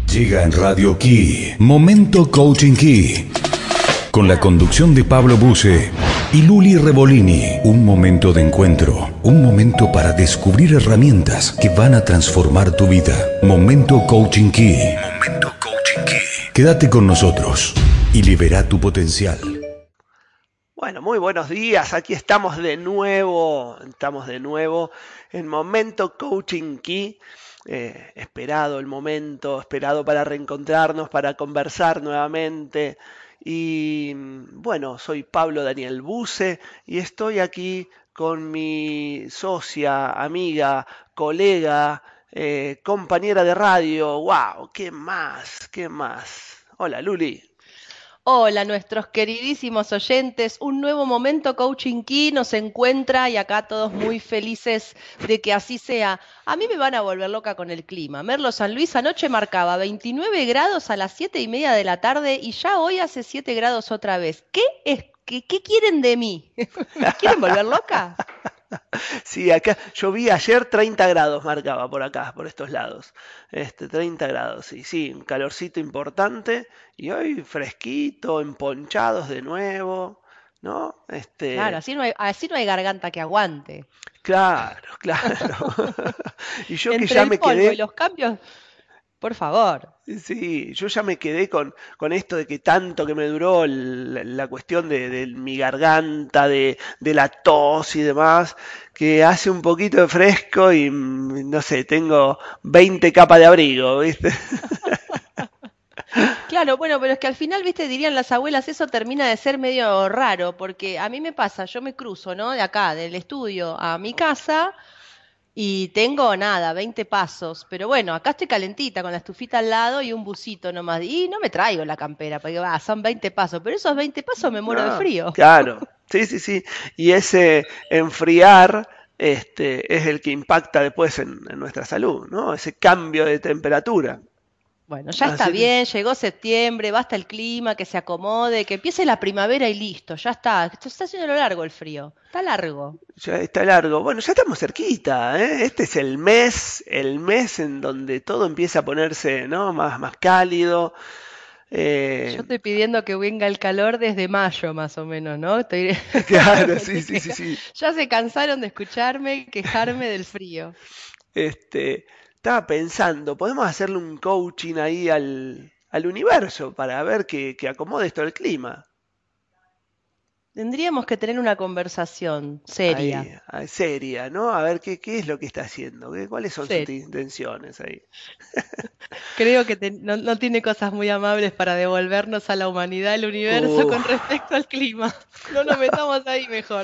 Llega en Radio Key, Momento Coaching Key, con la conducción de Pablo Buse y Luli Revolini. Un momento de encuentro, un momento para descubrir herramientas que van a transformar tu vida. Momento Coaching Key. Momento Coaching Key. Quédate con nosotros y libera tu potencial. Bueno, muy buenos días, aquí estamos de nuevo en Momento Coaching Key. Esperado el momento, esperado para reencontrarnos, para conversar nuevamente. Y bueno, soy Pablo Daniel Buse y estoy aquí con mi socia, amiga, colega, compañera de radio. ¡Wow! ¿Qué más? ¿Qué más? Hola, Luli. Hola, nuestros queridísimos oyentes. Un nuevo Momento Coaching Key nos encuentra y acá todos muy felices de que así sea. A mí me van a volver loca con el clima. Merlo San Luis anoche marcaba 29 grados a las 7:30 de la tarde y ya hoy hace 7 grados otra vez. ¿Qué quieren de mí? ¿Me quieren volver loca? Sí, acá yo vi ayer 30 grados marcaba por acá, por estos lados. 30 grados, sí, un calorcito importante y hoy fresquito, emponchados de nuevo, ¿no? Claro, así no hay garganta que aguante. Claro. Y yo que Entre ya el me polvo y quedé, los cambios, por favor. sí, yo ya me quedé con esto de que tanto que me duró la cuestión de mi garganta, de la tos y demás, que hace un poquito de fresco y no sé, tengo 20 capas de abrigo, ¿viste? Claro, bueno, pero es que al final, viste, dirían las abuelas, eso termina de ser medio raro, porque a mí me pasa, yo me cruzo, ¿no? De acá, del estudio a mi casa, y tengo nada, 20 pasos, pero bueno, acá estoy calentita con la estufita al lado y un busito nomás, y no me traigo la campera, porque son 20 pasos, pero esos 20 pasos me muero de No, frío. claro, sí. Y ese enfriar, es el que impacta después en nuestra salud, ¿no? Ese cambio de temperatura. Bueno, ya está Así que bien, llegó septiembre, basta el clima, que se acomode, que empiece la primavera y listo, ya está. Esto está haciendo lo largo el frío, está largo. ya está largo. Bueno, ya estamos cerquita, ¿eh? Este es el mes en donde todo empieza a ponerse, ¿no? Más cálido. Yo Eh, estoy pidiendo que venga el calor desde mayo, más o menos, ¿no? claro, Estoy sí. Ya se cansaron de escucharme quejarme del frío. Estaba pensando, podemos hacerle un coaching ahí al universo para ver que acomode esto el clima. Tendríamos que tener una conversación seria, Ahí, seria, ¿no? A ver qué es lo que está haciendo, cuáles son sus seria. intenciones ahí. Creo que no tiene cosas muy amables para devolvernos a la humanidad, el universo Uh, con respecto al clima. No nos metamos ahí mejor.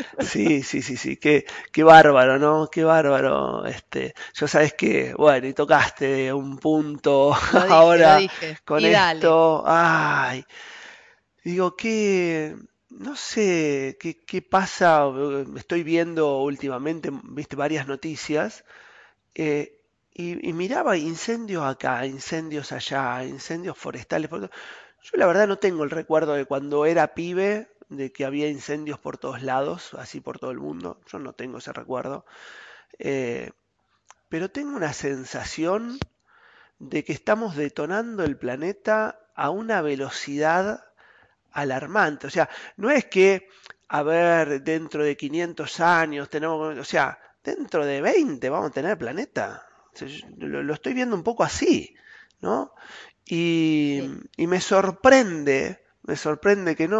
sí, qué bárbaro, ¿no? Qué bárbaro. Yo sabes que, bueno, y tocaste un punto Lo ahora dije. con Y dale. esto. Ay, digo que no sé qué pasa. Estoy viendo últimamente, viste, varias noticias. eh, y miraba incendios acá, incendios allá, incendios forestales. Yo la verdad no tengo el recuerdo de cuando era pibe, de que había incendios por todos lados, así por todo el mundo. Yo no tengo ese recuerdo. Eh, pero tengo una sensación de que estamos detonando el planeta a una velocidad alarmante. O sea, no es que, a ver, dentro de 500 años tenemos, o sea, dentro de 20 vamos a tener planeta. O sea, yo lo estoy viendo un poco así, ¿no? Y, Sí, y me sorprende que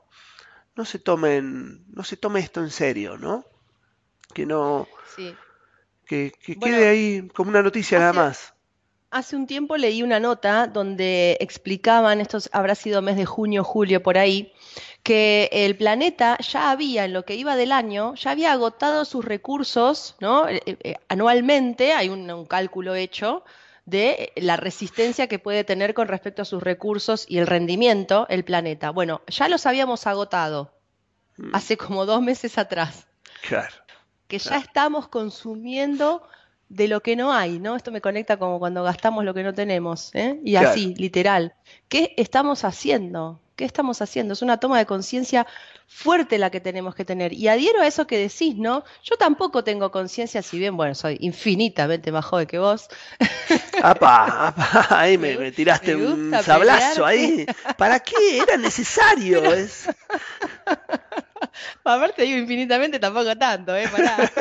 no se tome esto en serio, ¿no? Que no, sí. que quede Bueno, ahí como una noticia nada hace, más. hace un tiempo leí una nota donde explicaban, esto habrá sido mes de junio, julio, por ahí, que el planeta ya había, en lo que iba del año, ya había agotado sus recursos, ¿no? Anualmente hay un cálculo hecho de la resistencia que puede tener con respecto a sus recursos y el rendimiento el planeta. Bueno, ya los habíamos agotado Mm, hace como 2 meses atrás, claro, que ya claro, estamos consumiendo de lo que no hay, ¿no? Esto me conecta como cuando gastamos lo que no tenemos, ¿eh? Y claro. así, literal. ¿Qué estamos haciendo? ¿Qué estamos haciendo? Es una toma de conciencia fuerte la que tenemos que tener. Y adhiero a eso que decís, ¿no? Yo tampoco tengo conciencia, si bien, bueno, soy infinitamente más joven que vos. Apa, apa, ahí Me, me tiraste me un gusta sablazo pelearte. ahí. ¿Para qué? Era necesario. Aparte digo infinitamente, tampoco tanto, Pará.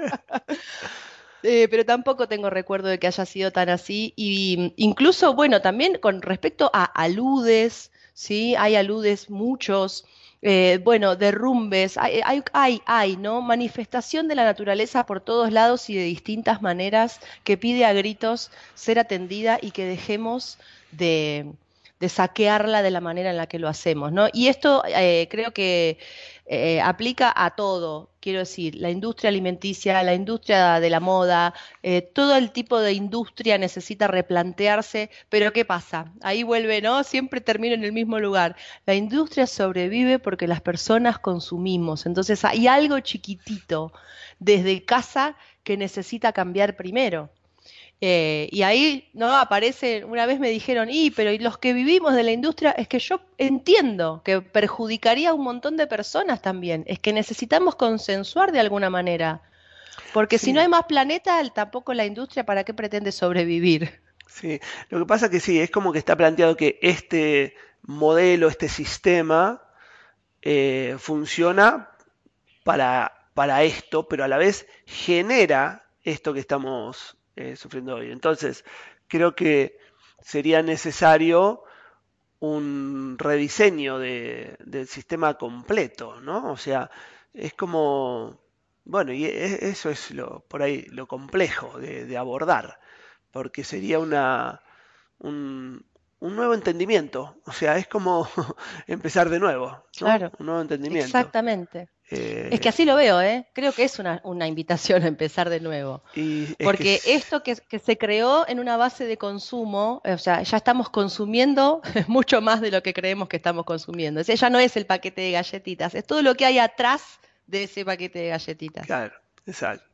Pero tampoco tengo recuerdo de que haya sido tan así. Y incluso, bueno, también con respecto a aludes, ¿sí? Hay aludes muchos. Bueno, derrumbes, ¿no? Manifestación de la naturaleza por todos lados y de distintas maneras que pide a gritos ser atendida y que dejemos de, de saquearla de la manera en la que lo hacemos, ¿no? Y esto creo que aplica a todo, quiero decir, la industria alimenticia, la industria de la moda, todo el tipo de industria necesita replantearse, pero ¿qué pasa? Ahí vuelve, ¿no? Siempre termino en el mismo lugar. La industria sobrevive porque las personas consumimos, entonces hay algo chiquitito desde casa que necesita cambiar primero. Y ahí no aparece, una vez me dijeron, pero ¿y los que vivimos de la industria? Es que yo entiendo que perjudicaría a un montón de personas también. Es que necesitamos consensuar de alguna manera. Porque si no Sí, hay más planeta, tampoco la industria, ¿para qué pretende sobrevivir? sí. Lo que pasa que sí, es como que está planteado que este modelo, este sistema, funciona para esto, pero a la vez genera esto que estamos sufriendo hoy. Entonces, creo que sería necesario un rediseño del sistema completo, ¿no? O sea, es como, bueno, y eso es por ahí lo complejo de abordar, porque sería un nuevo entendimiento, o sea, es como empezar de nuevo, ¿no? Claro, Un nuevo entendimiento. exactamente. Es que Eh, así lo veo, ¿eh? Creo que es una invitación a empezar de nuevo. y es que Porque esto que se creó en una base de consumo, o sea, ya estamos consumiendo mucho más de lo que creemos que estamos consumiendo. O sea, ya no es el paquete de galletitas, es todo lo que hay atrás de ese paquete de galletitas. claro, exacto.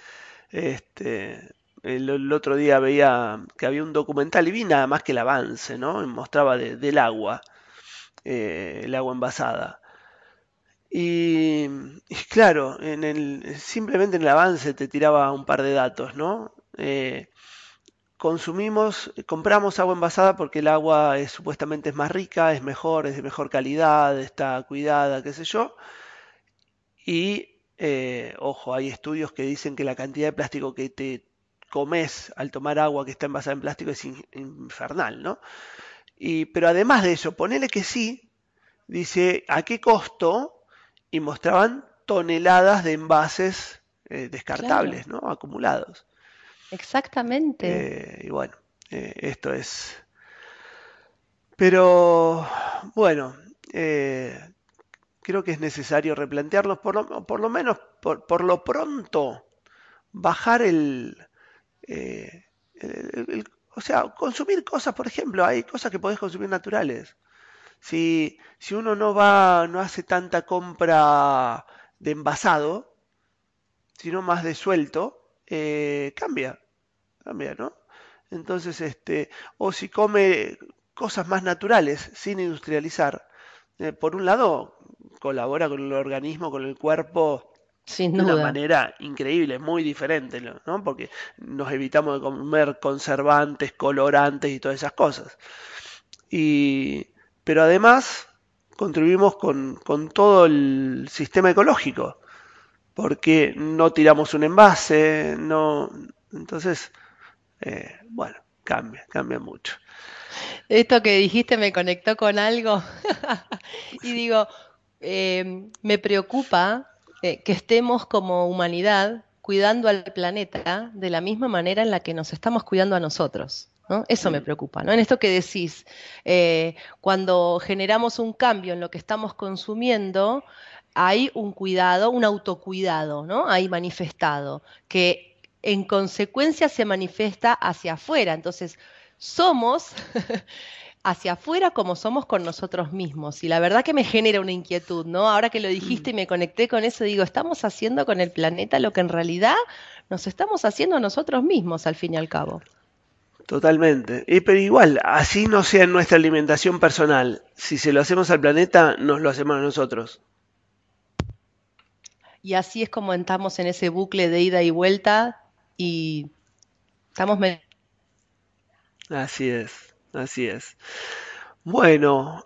El otro día veía que había un documental y vi nada más que el avance, ¿no? Y mostraba del agua, el agua envasada. Y, y claro, simplemente en el avance te tiraba un par de datos, ¿no? Compramos agua envasada porque el agua supuestamente es más rica, es mejor, es de mejor calidad, está cuidada, qué sé yo. Y, ojo, hay estudios que dicen que la cantidad de plástico que te comes al tomar agua que está envasada en plástico es infernal, ¿no? Pero además de eso, ponele que sí, dice, ¿a qué costo? Y mostraban toneladas de envases Claro, descartables, ¿no? Acumulados. exactamente. Y bueno, esto es... Pero bueno, eh, creo que es necesario replantearnos, por lo menos por lo pronto, bajar eh, o sea, consumir cosas, por ejemplo, hay cosas que podés consumir naturales. Si uno no hace tanta compra de envasado, sino más de suelto, cambia, ¿no? Entonces, o si come cosas más naturales, sin industrializar, por un lado, colabora con el organismo, con el cuerpo, Sin de una duda. manera increíble, muy diferente, ¿no? Porque nos evitamos de comer conservantes, colorantes y todas esas cosas. Y, pero además contribuimos con todo el sistema ecológico, porque no tiramos un envase, no, entonces, bueno, cambia mucho. Esto que dijiste me conectó con algo y digo, me preocupa que estemos como humanidad cuidando al planeta de la misma manera en la que nos estamos cuidando a nosotros, ¿no? Eso me Mm, preocupa, ¿no? En esto que decís, cuando generamos un cambio en lo que estamos consumiendo, hay un cuidado, un autocuidado, ¿no? Ahí manifestado, que en consecuencia se manifiesta hacia afuera. Entonces, somos hacia afuera como somos con nosotros mismos. Y la verdad que me genera una inquietud, ¿no? Ahora que lo mm. dijiste y me conecté con eso, digo, estamos haciendo con el planeta lo que en realidad nos estamos haciendo a nosotros mismos, al fin y al cabo. Totalmente. Pero igual, así no sea en nuestra alimentación personal. Si se lo hacemos al planeta, nos lo hacemos a nosotros. Y así es como entramos en ese bucle de ida y vuelta y estamos... Así es, así es. Bueno,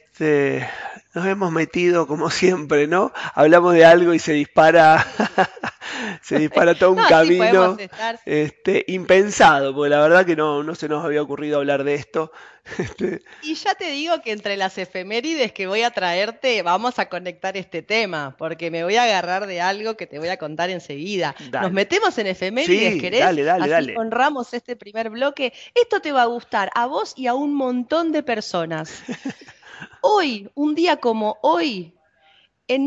nos hemos metido como siempre, ¿no? Hablamos de algo y se dispara, se dispara todo un No, sí, podemos camino, estar... impensado, porque la verdad que no se nos había ocurrido hablar de esto. Este, Y ya te digo que entre las efemérides que voy a traerte vamos a conectar este tema, porque me voy a agarrar de algo que te voy a contar enseguida. Nos dale. metemos en efemérides, Sí, ¿querés? dale, dale, Así dale. honramos este primer bloque. Esto te va a gustar a vos y a un montón de personas. Hoy, un día como hoy, en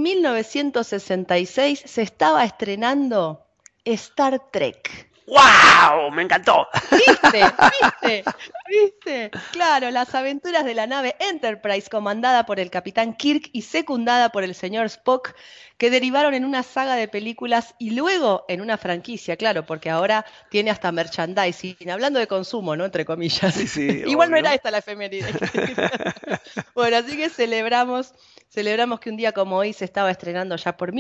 1966 se estaba estrenando Star Trek. ¡Wow! Me encantó. ¿Viste? ¿Viste? ¿Viste? Claro, las aventuras de la nave Enterprise, comandada por el capitán Kirk y secundada por el señor Spock, que derivaron en una saga de películas y luego en una franquicia, claro, porque ahora tiene hasta merchandising, hablando de consumo, ¿no? Entre comillas. Sí, sí, Igual no era obvio. esta la efeméride. Bueno, así que celebramos que un día como hoy se estaba estrenando ya por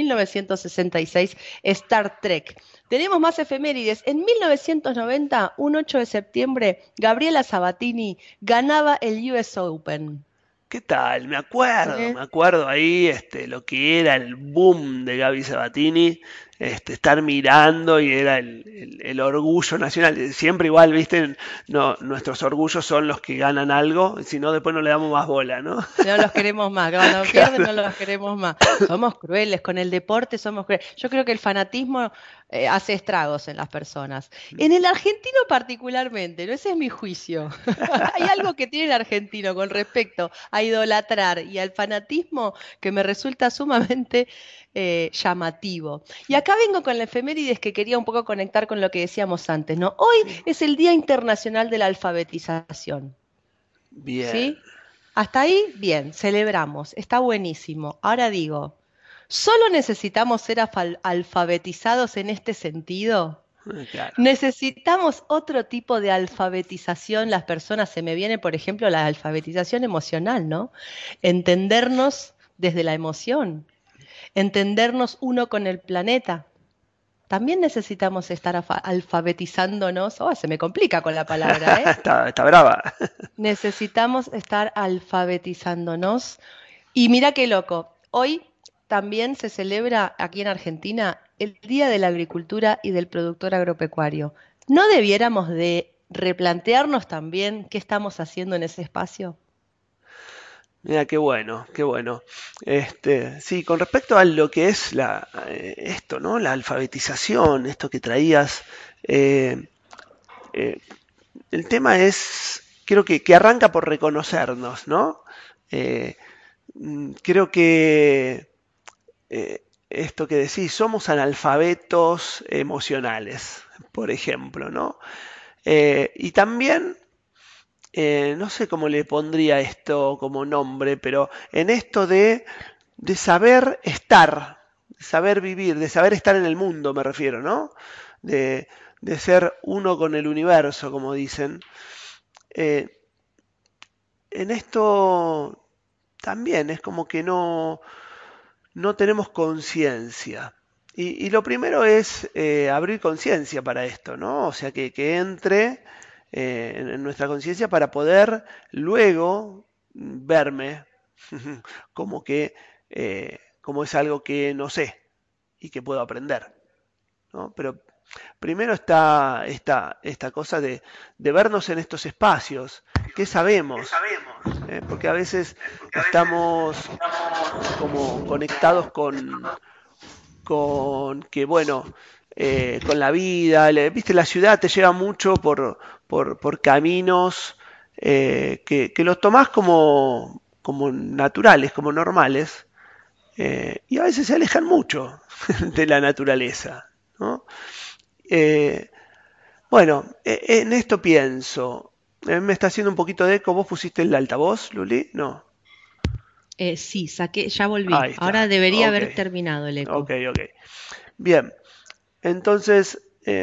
1966 Star Trek. Tenemos más efemérides. En 1990, un 8 de septiembre, Gabriela Sabatini ganaba el US Open. ¿Qué tal? ¿Eh? Me acuerdo ahí lo que era el boom de Gaby Sabatini, estar mirando y era el orgullo nacional. Siempre igual, viste, no, nuestros orgullos son los que ganan algo, si no después no le damos más bola, ¿no? Si no los queremos más, cuando pierden Claro. no los queremos más. Somos crueles, con el deporte somos crueles. Yo creo que el fanatismo hace estragos en las personas. En el argentino particularmente, ¿no? Ese es mi juicio. Hay algo que tiene el argentino con respecto a idolatrar y al fanatismo que me resulta sumamente llamativo. Y acá vengo con la efemérides que quería un poco conectar con lo que decíamos antes, ¿no? Hoy es el Día Internacional de la Alfabetización, Bien. ¿sí? Hasta ahí, bien, celebramos, está buenísimo. Ahora digo, ¿solo necesitamos ser alfabetizados en este sentido? Claro. ¿Necesitamos otro tipo de alfabetización? Las personas, se me viene, por ejemplo, la alfabetización emocional, ¿no? Entendernos desde la emoción, entendernos uno con el planeta. También necesitamos estar alfabetizándonos. Oh, se me complica con la palabra, ¿eh? Está brava. Necesitamos estar alfabetizándonos. Y mira qué loco, hoy también se celebra aquí en Argentina el Día de la Agricultura y del Productor Agropecuario. ¿No debiéramos de replantearnos también qué estamos haciendo en ese espacio? Mira, qué bueno, qué bueno. Sí, con respecto a lo que es esto, ¿no? La alfabetización, esto que traías, eh, eh, el tema es, creo que arranca por reconocernos, ¿no? Eh, Creo que esto que decís, somos analfabetos emocionales, por ejemplo, ¿no? Y también no sé cómo le pondría esto como nombre, pero en esto de saber estar, de saber vivir, de saber estar en el mundo, me refiero, ¿no? De, de ser uno con el universo, como dicen. Eh, en esto también es como que no tenemos conciencia. Y lo primero es abrir conciencia para esto, ¿no? O sea, que entre en nuestra conciencia para poder luego verme como que como es algo que no sé y que puedo aprender, ¿no? Pero primero está esta cosa de vernos en estos espacios. ¿Qué sabemos? Porque a veces estamos como conectados con que, bueno, con la vida, viste, la ciudad te lleva mucho por caminos que los tomás como naturales, como normales, y a veces se alejan mucho de la naturaleza, ¿no? Eh, bueno, en esto pienso. Me está haciendo un poquito de eco. ¿Vos pusiste el altavoz, Luli? No. Sí, saqué, ya volví. Ahí Ahora está. debería Ok. haber terminado el Ok, eco. ok. Bien. Entonces,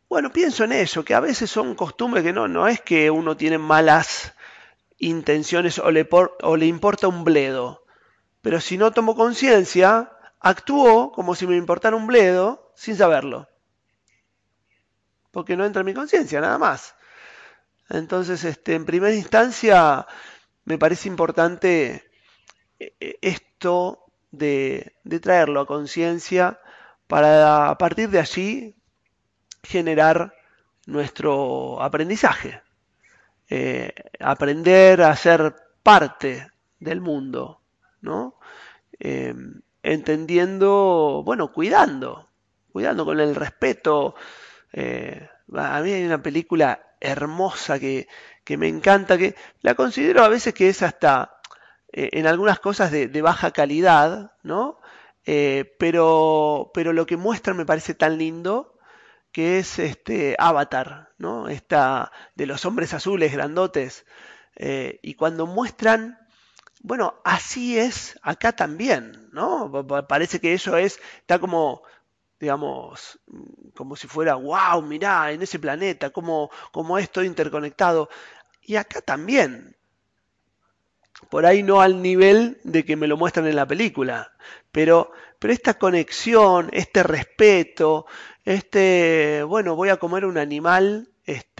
bueno, pienso en eso, que a veces son costumbres que no es que uno tiene malas intenciones o le importa un bledo, pero si no tomo conciencia, actúo como si me importara un bledo sin saberlo, porque no entra en mi conciencia, nada más. Entonces, en primera instancia, me parece importante esto de traerlo a conciencia para a partir de allí generar nuestro aprendizaje. Aprender a ser parte del mundo, ¿no? Eh, entendiendo, bueno, cuidando con el respeto. A mí hay una película hermosa que me encanta, que la considero a veces que es hasta en algunas cosas de baja calidad, ¿no? Pero lo que muestra me parece tan lindo que es Avatar, ¿no? Esta de los hombres azules grandotes. Y cuando muestran, bueno, así es acá también, ¿no? Parece que eso está como, digamos, como si fuera, wow, mirá, en ese planeta, cómo es todo interconectado. Y acá también, por ahí no al nivel de que me lo muestran en la película, pero esta conexión, este respeto, bueno, voy a comer un animal,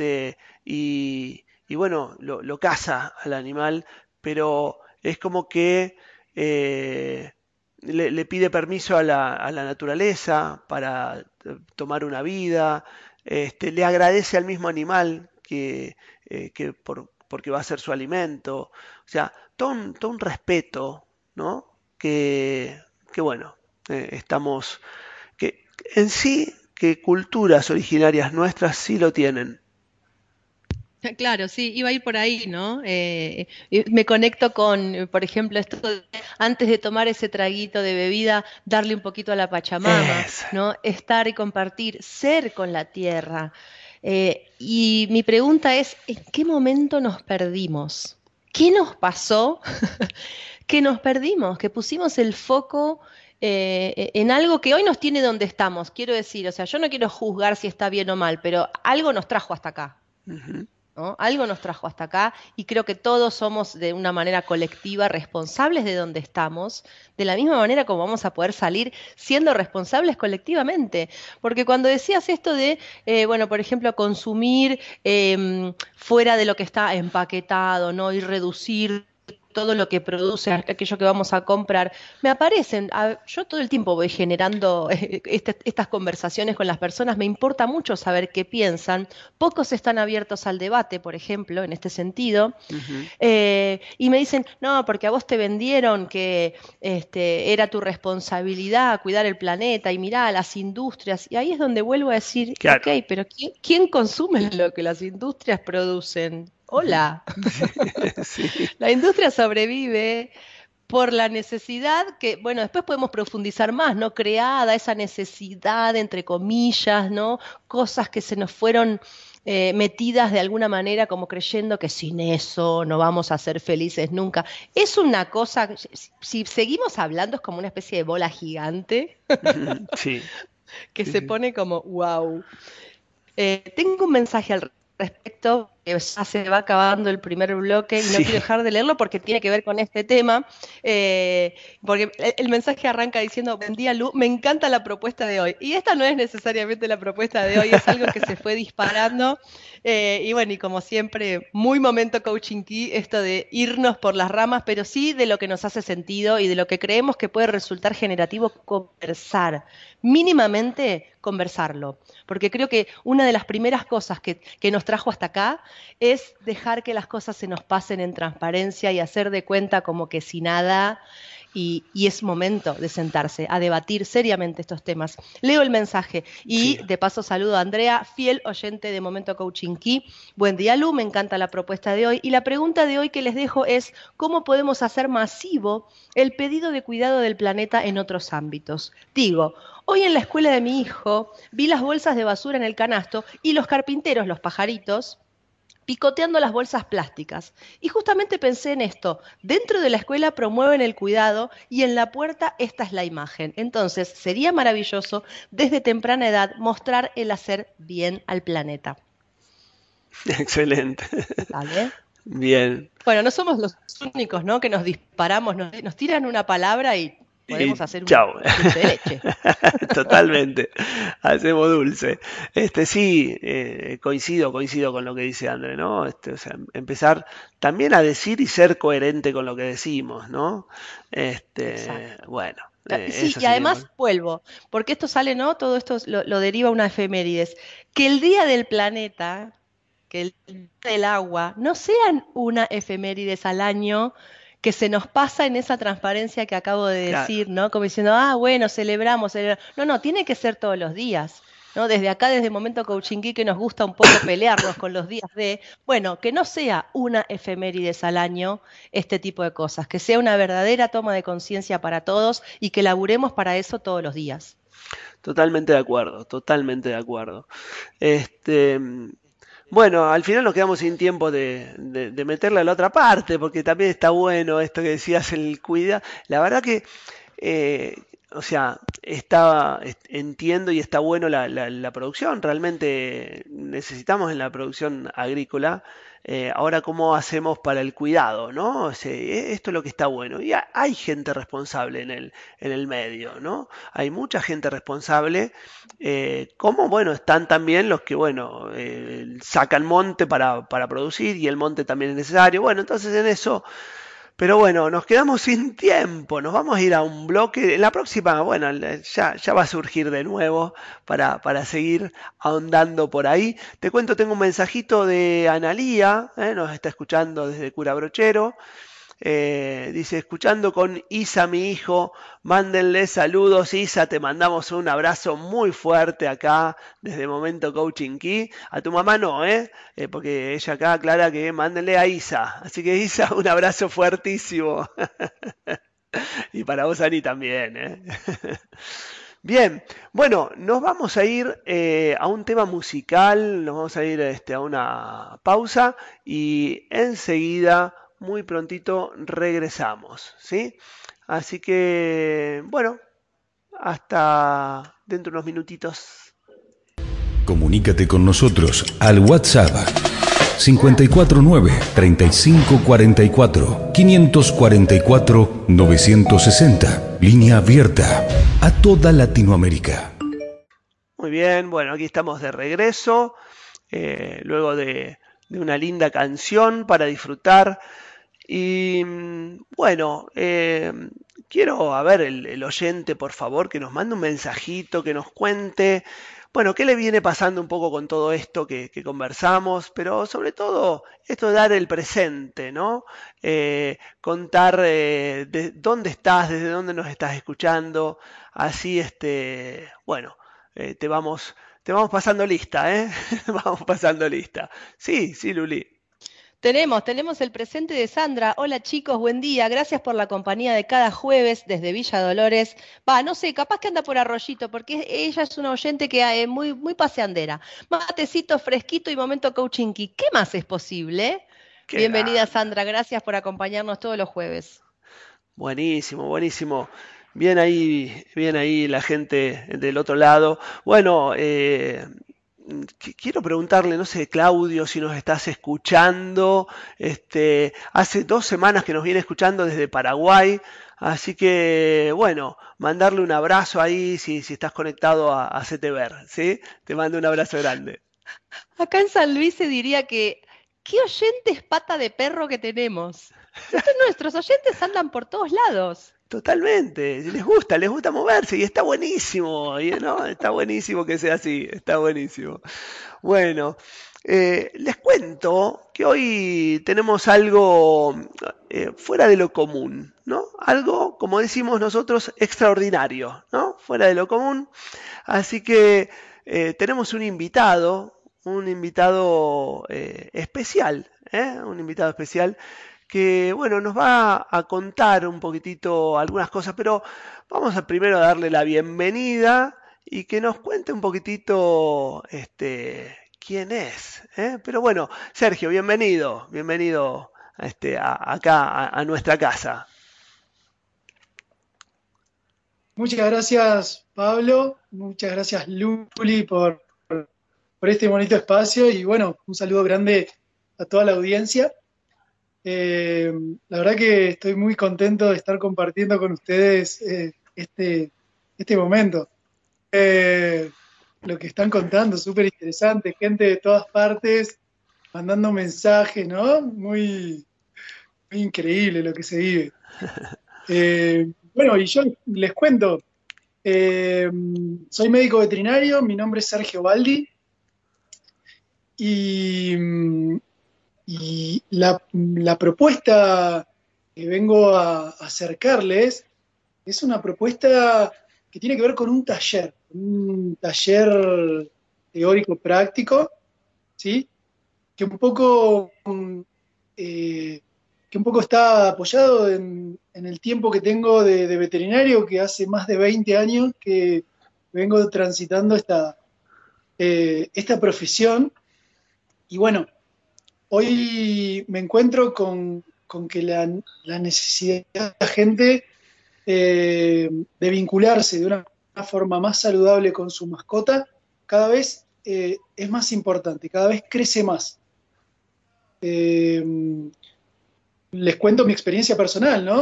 y bueno, lo caza al animal, pero es como que le pide permiso a la naturaleza para tomar una vida, le agradece al mismo animal porque va a ser su alimento. O sea, todo un respeto, ¿no? Que bueno, estamos, que en sí, que culturas originarias nuestras sí lo tienen. Claro, sí, iba a ir por ahí, ¿no? Me conecto con, por ejemplo, esto de antes de tomar ese traguito de bebida, darle un poquito a la Pachamama, Es, ¿no? Estar y compartir, ser con la tierra. Y mi pregunta es, ¿en qué momento nos perdimos? ¿Qué nos pasó que nos perdimos? Que pusimos el foco en algo que hoy nos tiene donde estamos. Quiero decir, o sea, yo no quiero juzgar si está bien o mal, pero algo nos trajo hasta acá. ujú, ¿No? Algo nos trajo hasta acá y creo que todos somos de una manera colectiva responsables de donde estamos, de la misma manera como vamos a poder salir siendo responsables colectivamente. Porque cuando decías esto de, bueno, por ejemplo, consumir fuera de lo que está empaquetado, ¿no? Y reducir todo lo que produce aquello que vamos a comprar, me aparecen, yo todo el tiempo voy generando estas conversaciones con las personas, me importa mucho saber qué piensan, pocos están abiertos al debate, por ejemplo, en este sentido, ujú. y me dicen, no, porque a vos te vendieron que era tu responsabilidad cuidar el planeta y mirá, las industrias, y ahí es donde vuelvo a decir, ok, Claro. pero ¿quién consume lo que las industrias producen? Hola. Sí, La industria sobrevive por la necesidad que, bueno, después podemos profundizar más, ¿no? Creada esa necesidad, entre comillas, ¿no? Cosas que se nos fueron metidas de alguna manera como creyendo que sin eso no vamos a ser felices nunca. Es una cosa, si seguimos hablando es como una especie de bola gigante sí, que sí, se sí. pone como, wow. Tengo un mensaje al respecto, que ya se va acabando el primer bloque y no Sí, quiero dejar de leerlo porque tiene que ver con este tema, porque el mensaje arranca diciendo, buen día Lu, me encanta la propuesta de hoy. Y esta no es necesariamente la propuesta de hoy, es algo que se fue disparando. Y bueno, y como siempre, muy momento coaching key, esto de irnos por las ramas, pero sí de lo que nos hace sentido y de lo que creemos que puede resultar generativo conversar, mínimamente conversarlo, porque creo que una de las primeras cosas que nos trajo hasta acá es dejar que las cosas se nos pasen en transparencia y hacer de cuenta como que si nada, y es momento de sentarse a debatir seriamente estos temas. Leo el mensaje sí, y de paso saludo a Andrea, fiel oyente de Momento Coaching Key. Buen día, Lu, me encanta la propuesta de hoy. Y la pregunta de hoy que les dejo es, ¿cómo podemos hacer masivo el pedido de cuidado del planeta en otros ámbitos? Digo, hoy en la escuela de mi hijo vi las bolsas de basura en el canasto y los carpinteros, los pajaritos, picoteando las bolsas plásticas. Y justamente pensé en esto, dentro de la escuela promueven el cuidado y en la puerta esta es la imagen. Entonces, sería maravilloso desde temprana edad mostrar el hacer bien al planeta. Excelente. ¿Qué tal, eh? Bien. Bueno, no somos los únicos, ¿no? Que nos disparamos, nos tiran una palabra y podemos Y hacer un chao. dulce de leche. Totalmente. Hacemos dulce. Sí, coincido con lo que dice André, ¿no? O sea, empezar también a decir y ser coherente con lo que decimos, ¿no? Exacto. Bueno, Sí, eso y sería. además vuelvo, porque esto sale, ¿no? Todo esto lo deriva una efemérides. Que el Día del Planeta, que el Día del Agua, no sean una efemérides al año que se nos pasa en esa transparencia que acabo de Claro. decir, ¿no? Como diciendo, bueno, celebramos. No, no, tiene que ser todos los días, ¿no? Desde acá, desde Momento Coaching Geek, que nos gusta un poco pelearnos con los días bueno, que no sea una efemérides al año este tipo de cosas, que sea una verdadera toma de conciencia para todos y que laburemos para eso todos los días. Totalmente de acuerdo, totalmente de acuerdo. Este, bueno, al final nos quedamos sin tiempo de meterle a la otra parte, porque también está bueno esto que decías, el cuida. La verdad que, eh, o sea, entiendo y está bueno la producción, realmente necesitamos en la producción agrícola. Ahora, ¿cómo hacemos para el cuidado, no? O sea, esto es lo que está bueno. Y hay gente responsable en el medio, ¿no? Hay mucha gente responsable, como, bueno, están también los que, bueno, sacan monte para producir y el monte también es necesario. Bueno, entonces en eso, pero bueno, nos quedamos sin tiempo, nos vamos a ir a un bloque. En la próxima, bueno, ya va a surgir de nuevo para seguir ahondando por ahí. Te cuento, tengo un mensajito de Analía, nos está escuchando desde Cura Brochero. Dice, escuchando con Isa, mi hijo, mándenle saludos. Isa, te mandamos un abrazo muy fuerte acá desde Momento Coaching Key. A tu mamá no, porque ella acá aclara que mándenle a Isa. Así que Isa, un abrazo fuertísimo. Y para vos, Ani, también, Bien, bueno, nos vamos a ir a un tema musical, nos vamos a ir a una pausa y enseguida, muy prontito, regresamos, ¿sí? Así que, bueno, hasta dentro de unos minutitos. Comunícate con nosotros al WhatsApp 549 3544 544 960. Línea abierta a toda Latinoamérica. Muy bien, bueno, aquí estamos de regreso, luego de una linda canción para disfrutar. Y bueno, quiero a ver el oyente, por favor, que nos mande un mensajito, que nos cuente, bueno, qué le viene pasando un poco con todo esto que conversamos, pero sobre todo esto de dar el presente, ¿no? Contar de dónde estás, desde dónde nos estás escuchando, así, bueno, te vamos pasando lista, ¿eh? Vamos pasando lista. Sí, sí, Luli. Tenemos el presente de Sandra. Hola chicos, buen día. Gracias por la compañía de cada jueves desde Villa Dolores. No sé, capaz que anda por Arroyito, porque ella es una oyente que es muy, muy paseandera. Matecito fresquito y momento coaching key. ¿Qué más es posible? Qué Bienvenida grande. Sandra, gracias por acompañarnos todos los jueves. Buenísimo, buenísimo. Bien ahí la gente del otro lado. Bueno, quiero preguntarle, no sé, Claudio, si nos estás escuchando. Hace 2 semanas que nos viene escuchando desde Paraguay. Así que, bueno, mandarle un abrazo ahí si estás conectado a Hacete Ver, ¿sí? Te mando un abrazo grande. Acá en San Luis se diría que, ¿qué oyentes pata de perro que tenemos? Nuestros oyentes andan por todos lados. Totalmente, les gusta moverse y está buenísimo, ¿no? Está buenísimo que sea así, está buenísimo. Bueno, les cuento que hoy tenemos algo fuera de lo común, ¿no? Algo, como decimos nosotros, extraordinario, ¿no? Fuera de lo común. Así que tenemos un invitado especial, ¿eh? Un invitado especial que, bueno, nos va a contar un poquitito algunas cosas, pero vamos a primero darle la bienvenida y que nos cuente un poquitito, quién es. Pero bueno, Sergio, bienvenido acá a nuestra casa. Muchas gracias, Pablo. Muchas gracias, Luli, por este bonito espacio. Y bueno, un saludo grande a toda la audiencia. La verdad que estoy muy contento de estar compartiendo con ustedes este momento. Lo que están contando, súper interesante. Gente de todas partes mandando mensajes, ¿no? Muy, muy increíble lo que se vive. Bueno, y yo les cuento. Soy médico veterinario, mi nombre es Sergio Baldi y, y la propuesta que vengo a acercarles es una propuesta que tiene que ver con un taller teórico práctico, ¿sí? Que un poco, que un poco está apoyado en el tiempo que tengo de veterinario, que hace más de 20 años que vengo transitando esta profesión. Y bueno, hoy me encuentro con que la necesidad de la gente de vincularse de una forma más saludable con su mascota cada vez es más importante, cada vez crece más. Eh, Les cuento mi experiencia personal, ¿no?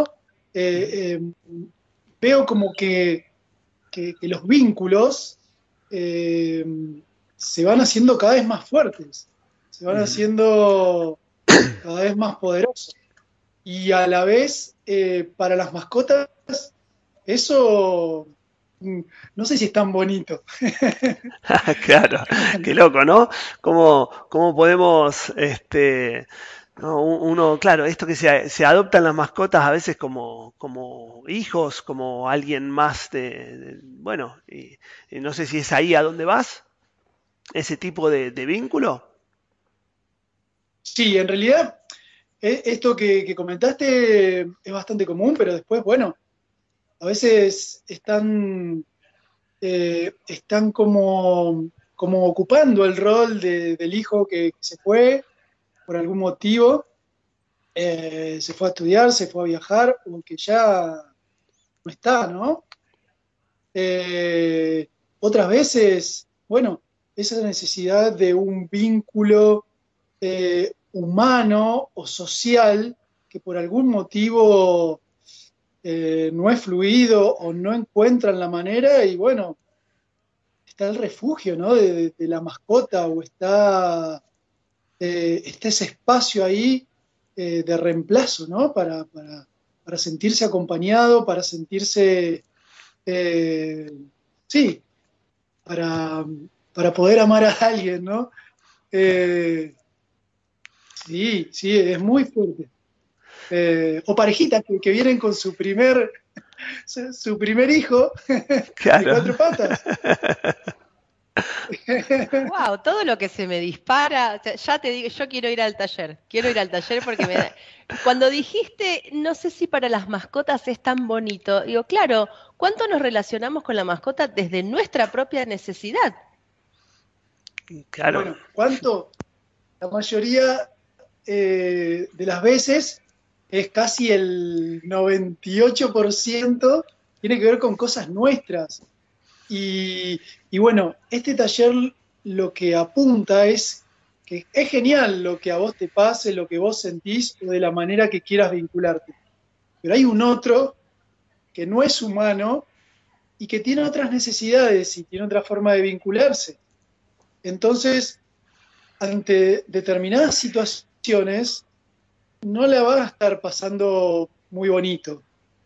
Veo como que los vínculos eh, se van haciendo cada vez más fuertes, se van haciendo cada vez más poderosos. Y a la vez, para las mascotas, eso no sé si es tan bonito. Claro, qué loco, ¿no? ¿Cómo podemos, no, uno, claro, esto que se adoptan las mascotas a veces como hijos, como alguien más bueno, y no sé si es ahí a dónde vas, ese tipo de vínculo. Sí, en realidad, esto que comentaste es bastante común, pero después, bueno, a veces están como ocupando el rol del hijo que se fue por algún motivo, se fue a estudiar, se fue a viajar, o que ya no está, ¿no? Eh, Otras veces, bueno, esa necesidad de un vínculo humano o social que por algún motivo no es fluido o no encuentran la manera y bueno, está el refugio, ¿no? De la mascota o está ese espacio ahí de reemplazo, ¿no? Para sentirse acompañado, para sentirse, eh, sí, para, para poder amar a alguien, ¿no? Eh, sí, sí, es muy fuerte. O parejitas que vienen con su primer hijo de Claro. 4 patas. Wow, todo lo que se me dispara, o sea, ya te digo, yo quiero ir al taller porque cuando dijiste, no sé si para las mascotas es tan bonito, digo, claro, ¿cuánto nos relacionamos con la mascota desde nuestra propia necesidad? Claro. Bueno, ¿cuánto? La mayoría de las veces es casi el 98% tiene que ver con cosas nuestras. Y bueno, este taller lo que apunta es que es genial lo que a vos te pase, lo que vos sentís o de la manera que quieras vincularte. Pero hay un otro que no es humano y que tiene otras necesidades y tiene otra forma de vincularse. Entonces, ante determinadas situaciones, no la va a estar pasando muy bonito.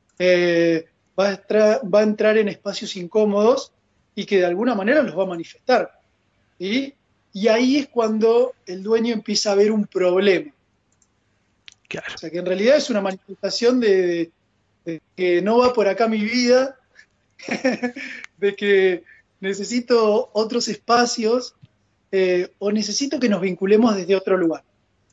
Va a entrar en espacios incómodos y que de alguna manera los va a manifestar. ¿Sí? Y ahí es cuando el dueño empieza a ver un problema. Claro. O sea, que en realidad es una manifestación de que no va por acá mi vida, de que necesito otros espacios o necesito que nos vinculemos desde otro lugar.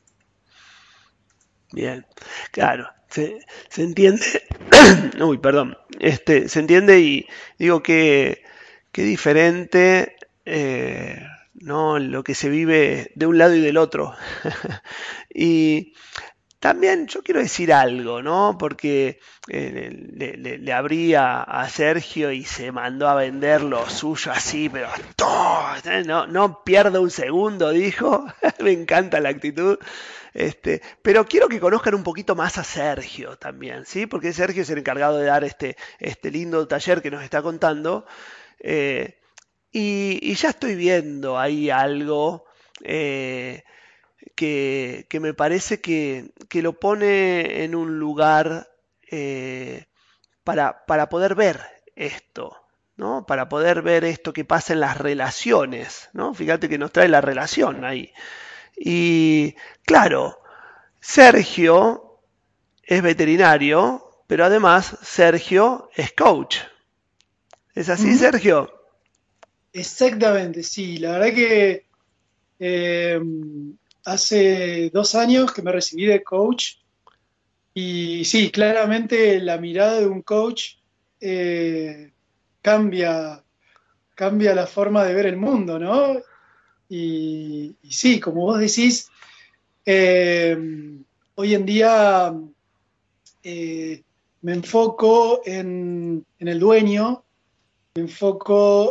Bien, claro, se entiende. Uy, perdón. Se entiende y digo que diferente, ¿no? Lo que se vive de un lado y del otro. Y también yo quiero decir algo, ¿no? Porque le abrí a Sergio y se mandó a vender lo suyo así, pero todo, no, no pierdo un segundo, dijo. Me encanta la actitud. Pero quiero que conozcan un poquito más a Sergio también, ¿sí? Porque Sergio es el encargado de dar este lindo taller que nos está contando. eh, y ya estoy viendo ahí algo que me parece que lo pone en un lugar para poder ver esto, ¿no? Para poder ver esto que pasa en las relaciones, ¿no? Fíjate que nos trae la relación ahí. Y claro, Sergio es veterinario, pero además Sergio es coach. ¿Es así, Ujú. Sergio? Exactamente, sí. La verdad que eh, hace 2 años que me recibí de coach y sí, claramente la mirada de un coach eh, cambia, cambia la forma de ver el mundo, ¿no? Y sí, como vos decís, eh, hoy en día eh, me enfoco en el dueño, me enfoco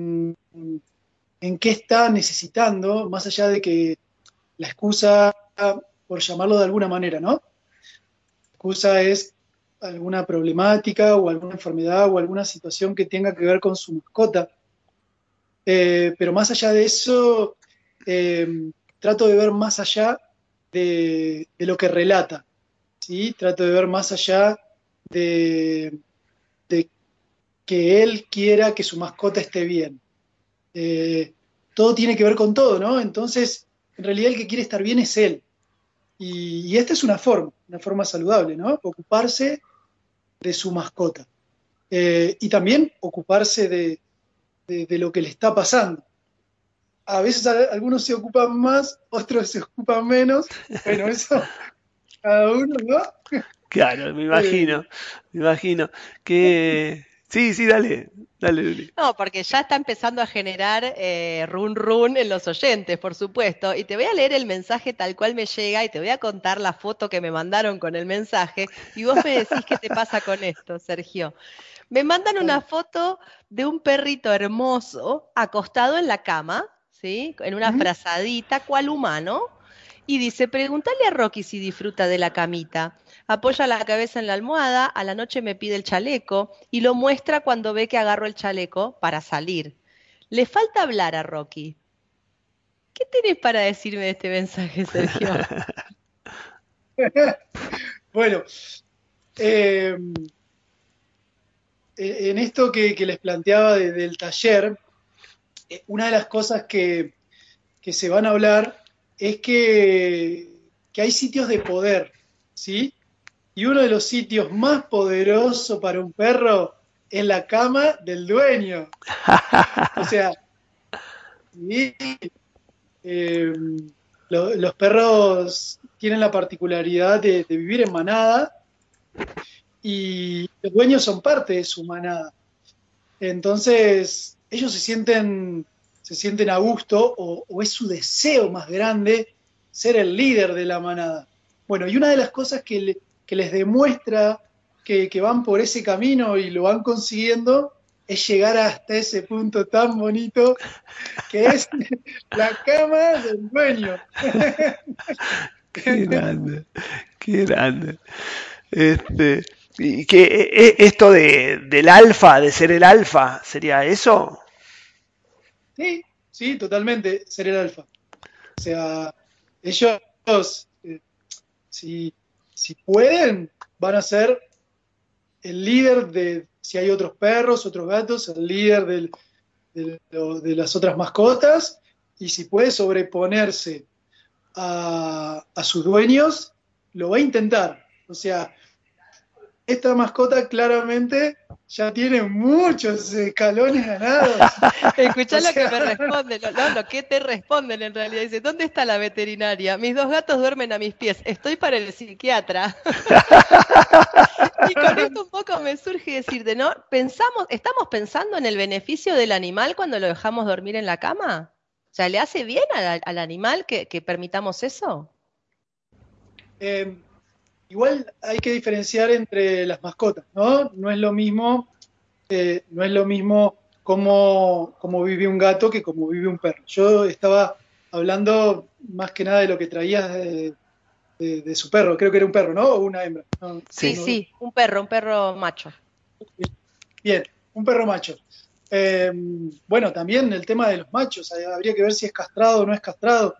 en qué está necesitando, más allá de que la excusa, por llamarlo de alguna manera, ¿no? La excusa es alguna problemática o alguna enfermedad o alguna situación que tenga que ver con su mascota. Pero más allá de eso, eh, trato de ver más allá de lo que relata, ¿sí? Trato de ver más allá de, de que él quiera que su mascota esté bien. Eh, Todo tiene que ver con todo, ¿no? Entonces, en realidad el que quiere estar bien es él. Y esta es una forma saludable, ¿no? Ocuparse de su mascota. Y también ocuparse de lo que le está pasando. A veces algunos se ocupan más, otros se ocupan menos. Bueno, eso cada uno, ¿no? Claro, Eh, me imagino que... Sí, sí, dale, dale, Luli. No, porque ya está empezando a generar run run en los oyentes, por supuesto. Y te voy a leer el mensaje tal cual me llega y te voy a contar la foto que me mandaron con el mensaje. Y vos me decís qué te pasa con esto, Sergio. Me mandan una dale. foto de un perrito hermoso acostado en la cama, ¿sí? En una ¿Mm? frazadita, cual humano. Y dice, pregúntale a Rocky si disfruta de la camita. Apoya la cabeza en la almohada, a la noche me pide el chaleco y lo muestra cuando ve que agarro el chaleco para salir. Le falta hablar a Rocky. ¿Qué tenés para decirme de este mensaje, Sergio? Bueno, eh, en esto que les planteaba del taller, una de las cosas que se van a hablar es que hay sitios de poder, ¿sí? Y uno de los sitios más poderosos para un perro es la cama del dueño. O sea, sí, eh, los perros tienen la particularidad de vivir en manada y los dueños son parte de su manada. Entonces, ellos se sienten a gusto o es su deseo más grande ser el líder de la manada. Bueno, y una de las cosas que les demuestra que van por ese camino y lo van consiguiendo es llegar hasta ese punto tan bonito que es la cama del dueño. Qué grande, qué grande. Este, y que esto del alfa, de ser el alfa, ¿sería eso? Sí, sí, totalmente, ser el alfa. O sea, ellos, si, si pueden, van a ser el líder de, si hay otros perros, otros gatos, el líder de las otras mascotas, y si puede sobreponerse a sus dueños, lo va a intentar. O sea, esta mascota claramente ya tiene muchos escalones ganados. O Escuchá lo que sea, me responden, lo que te responden en realidad. Dice, ¿dónde está la veterinaria? Mis dos gatos duermen a mis pies. Estoy para el psiquiatra. Y con esto un poco me surge decirte, ¿no? Estamos pensando en el beneficio del animal cuando lo dejamos dormir en la cama. sea, ¿le hace bien al animal que permitamos eso? Igual hay que diferenciar entre las mascotas, ¿no? No es lo mismo cómo vive un gato que cómo vive un perro. Yo estaba hablando más que nada de lo que traías de su perro, creo que era un perro, ¿no? O una hembra. No, Sí, Sí. sí, un perro macho. bien, un perro macho. Bueno, también el tema de los machos, habría que ver si es castrado o no es castrado.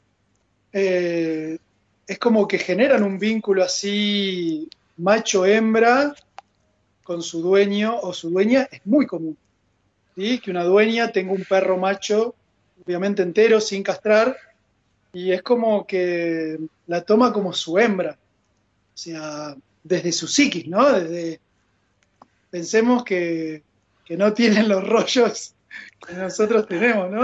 Es como que generan un vínculo así macho-hembra con su dueño o su dueña, es muy común. ¿Sí? Que una dueña tenga un perro macho, obviamente entero, sin castrar, y es como que la toma como su hembra. O sea, desde su psiquis, ¿no? Pensemos que no tienen los rollos que nosotros tenemos, ¿no?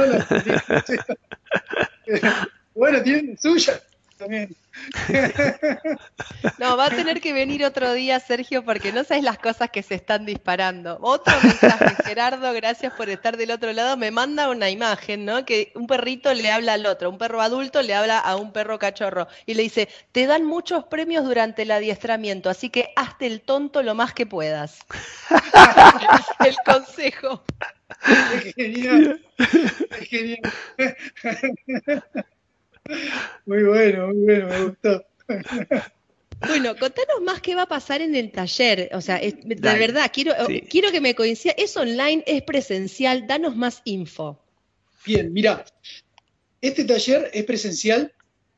Bueno, tienen la suya también. No, va a tener que venir otro día, Sergio, porque no sabes las cosas que se están disparando. Otro mensaje, Gerardo, gracias por estar del otro lado. Me manda una imagen, ¿no? Que un perrito le habla al otro, un perro adulto le habla a un perro cachorro y le dice, te dan muchos premios durante el adiestramiento, así que hazte el tonto lo más que puedas. El consejo. Es genial, es genial. Muy bueno, me gustó. Bueno, contanos más qué va a pasar en el taller. O sea, de Dale. verdad, Sí. quiero que me coincida. ¿Es online? ¿Es presencial? Danos más info. Bien, mira, este taller es presencial.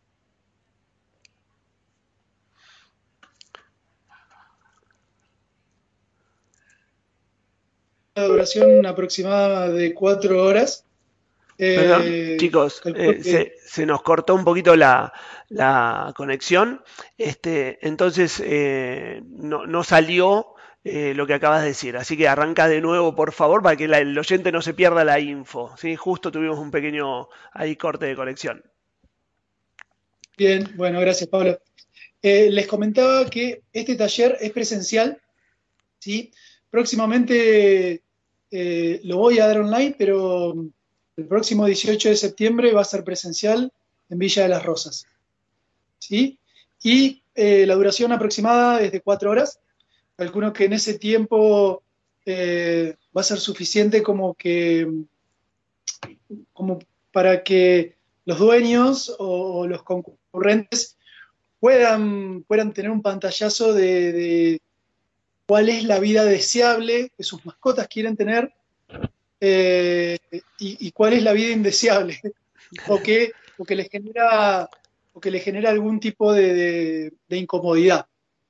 La duración aproximada de 4 horas. Perdón, chicos, Calculo que se nos cortó un poquito la conexión. Entonces no salió lo que acabas de decir. Así que arranca de nuevo, por favor, para que el oyente no se pierda la info. ¿Sí? Justo tuvimos un pequeño ahí corte de conexión. bien, bueno, gracias Pablo. Les comentaba que este taller es presencial, ¿sí? Próximamente lo voy a dar online, pero el próximo 18 de septiembre va a ser presencial en Villa de las Rosas, ¿sí? Y la duración aproximada es de 4 horas. Calculo que en ese tiempo va a ser suficiente como para que los dueños o los concurrentes puedan tener un pantallazo de cuál es la vida deseable que sus mascotas quieren tener y cuál es la vida indeseable o que les genera algún tipo de incomodidad.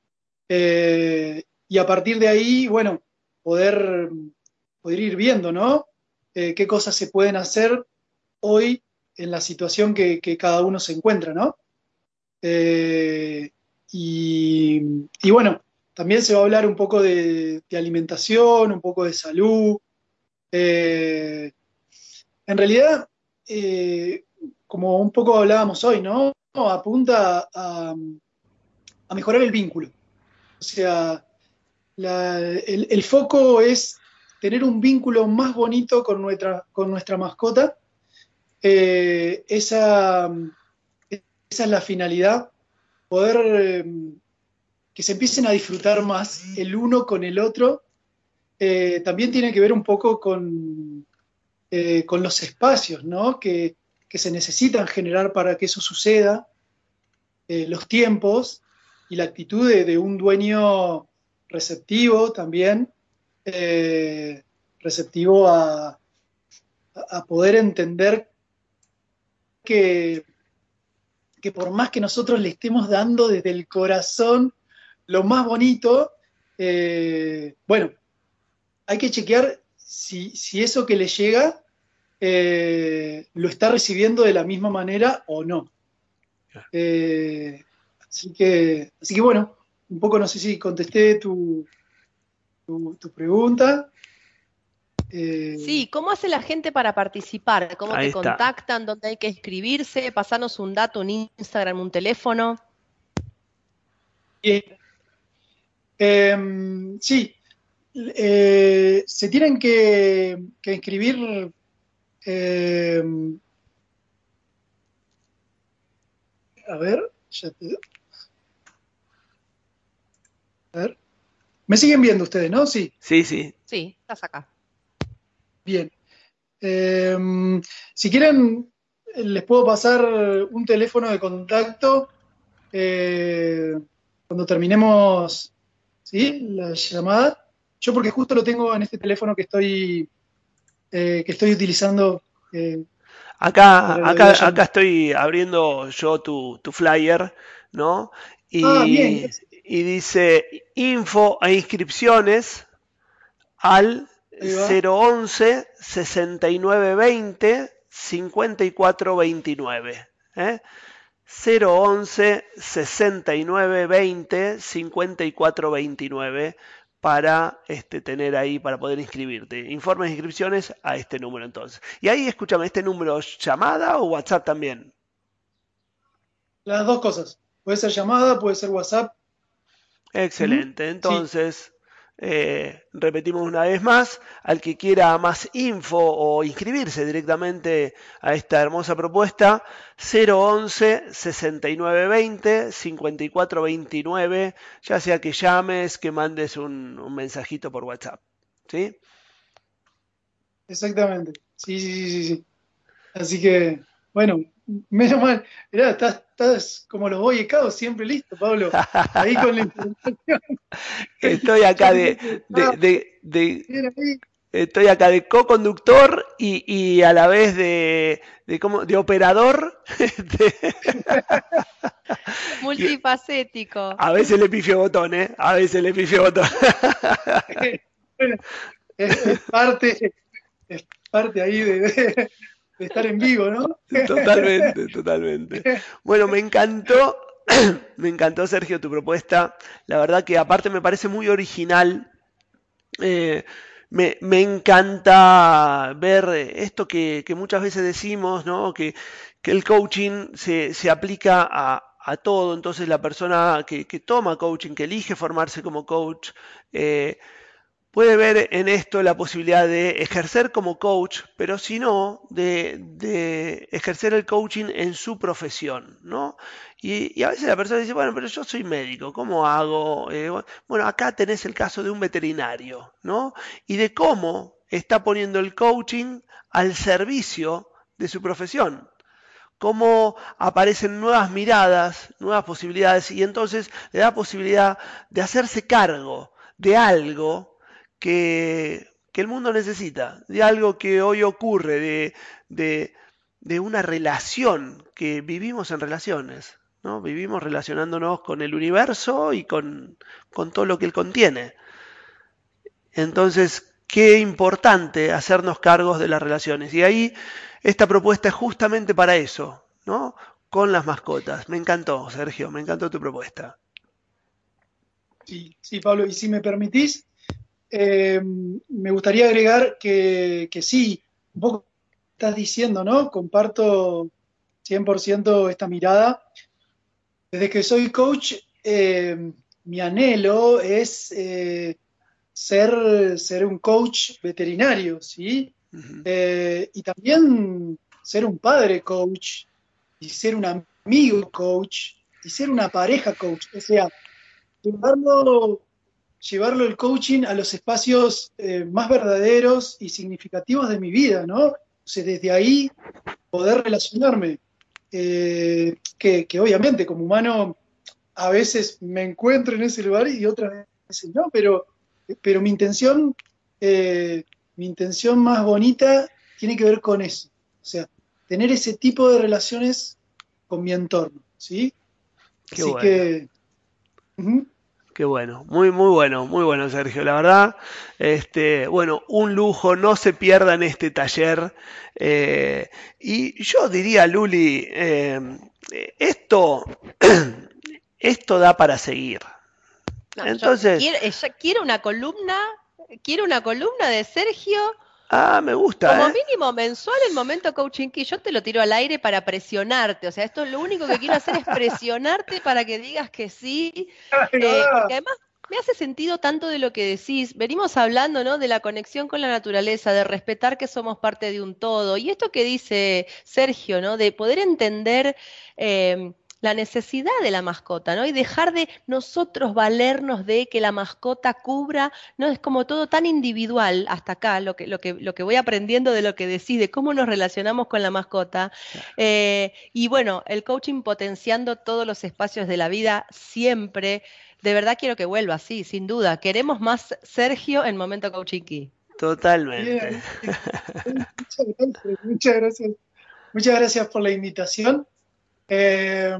Y a partir de ahí, bueno, poder, poder ir viendo, ¿no? Qué cosas se pueden hacer hoy en la situación que cada uno se encuentra, ¿no? Eh, y bueno, también se va a hablar un poco de alimentación, un poco de salud. Eh, en realidad, eh, como un poco hablábamos hoy, ¿no? Apunta a mejorar el vínculo. O sea, el foco es tener un vínculo más bonito con nuestra mascota. Esa es la finalidad, poder que se empiecen a disfrutar más el uno con el otro. También tiene que ver un poco con los espacios, ¿no? Que se necesitan generar para que eso suceda, los tiempos y la actitud de un dueño receptivo también, eh, receptivo a poder entender que, que por más que nosotros le estemos dando desde el corazón lo más bonito, bueno, hay que chequear si eso que le llega lo está recibiendo de la misma manera o no. Eh, así que bueno, un poco no sé si contesté tu pregunta. Eh, Sí, ¿cómo hace la gente para participar? ¿Cómo Ahí te está. contactan? ¿Dónde hay que inscribirse? Pasanos un dato, un Instagram, un teléfono. bien. Sí, se tienen que inscribir eh, A ver, a ver. ¿Me siguen viendo ustedes, no? Sí. Sí, sí. Sí, estás acá. Bien. Si quieren, les puedo pasar un teléfono de contacto cuando terminemos, ¿sí?, la llamada. Yo porque justo lo tengo en este teléfono que estoy utilizando para la Acá videollamada. estoy abriendo yo tu flyer, ¿no? Ah, bien, Y, y dice info e inscripciones al ahí va. 011 6920 5429. ¿Eh? 011 6920 5429 para tener ahí, para poder inscribirte. Informes de inscripciones a este número entonces. Y ahí, escúchame, ¿este número es llamada o WhatsApp también? Las dos cosas. Puede ser llamada, puede ser WhatsApp. Ujú. Excelente. Sí, Entonces, repetimos una vez más, al que quiera más info o inscribirse directamente a esta hermosa propuesta, 011 6920 5429, ya sea que llames, que mandes un mensajito por WhatsApp. ¿Sí? exactamente. Sí, sí, sí, sí, sí. Así que, bueno, menos mal. Mirá, estás como los Boy Scouts, siempre listo, Pablo. Ahí con la información. Estoy Ya acá que tengo que bien ahí. estoy acá de co-conductor y a la vez de operador. Y Multifacético. a veces le pifio botón, ¿eh? A veces le pifio botón. Bueno, es es parte ahí de estar en vivo, ¿no? Totalmente, totalmente. Bueno, me encantó Sergio tu propuesta. La verdad que aparte me parece muy original. Eh, me encanta ver esto que muchas veces decimos, ¿no? Que el coaching se aplica a todo. Entonces la persona que toma coaching, que elige formarse como coach, puede ver en esto la posibilidad de ejercer como coach, pero si no, de ejercer el coaching en su profesión, ¿no? Y a veces la persona dice, bueno, pero yo soy médico, ¿cómo hago? Bueno, acá tenés el caso de un veterinario, ¿no? Y de cómo está poniendo el coaching al servicio de su profesión, cómo aparecen nuevas miradas, nuevas posibilidades, y entonces le da posibilidad de hacerse cargo de algo que el mundo necesita, de algo que hoy ocurre, de, de una relación, que vivimos en relaciones, ¿no? Vivimos relacionándonos con el universo y con todo lo que él contiene. Entonces, qué importante hacernos cargos de las relaciones. Y ahí esta propuesta es justamente para eso, ¿no? Con las mascotas. Me encantó, Sergio, me encantó tu propuesta. Sí, sí, Pablo, y si me permitís, me gustaría agregar que sí, un poco estás diciendo, ¿no? Comparto 100% esta mirada. Desde que soy coach, mi anhelo es ser un coach veterinario, ¿sí? Ujú. Y también ser un padre coach, y ser un amigo coach, y ser una pareja coach. O sea, llevarlo, llevarlo el coaching a los espacios más verdaderos y significativos de mi vida, ¿no? O sea, desde ahí poder relacionarme. Que obviamente como humano a veces me encuentro en ese lugar y otras veces no, pero eh, mi intención más bonita tiene que ver con eso. O sea, tener ese tipo de relaciones con mi entorno, ¿sí? Qué Así bueno. que, ujú. Qué bueno, muy bueno, Sergio. La verdad, bueno, un lujo, no se pierdan este taller. Y yo diría, Luli, esto, esto da para seguir. No, yo Entonces, ya quiero una columna de Sergio, me gusta, como ¿eh? mínimo mensual en Momento Coaching Key. Yo te lo tiro al aire para presionarte. O sea, esto lo único que quiero hacer es presionarte para que digas que sí, Ahí porque va. además me hace sentido tanto de lo que decís. Venimos hablando, ¿no? De la conexión con la naturaleza, de respetar que somos parte de un todo. Y esto que dice Sergio, ¿no? De poder entender la necesidad de la mascota, ¿no? Y dejar de nosotros valernos de que la mascota cubra, ¿no? Es como todo tan individual hasta acá, lo que voy aprendiendo de lo que decís, de cómo nos relacionamos con la mascota. Y bueno, el coaching potenciando todos los espacios de la vida siempre. De verdad quiero que vuelva, sí, sin duda. Queremos más Sergio en Momento Coaching Key. Totalmente. Bien, muchas gracias, muchas gracias por la invitación. Eh,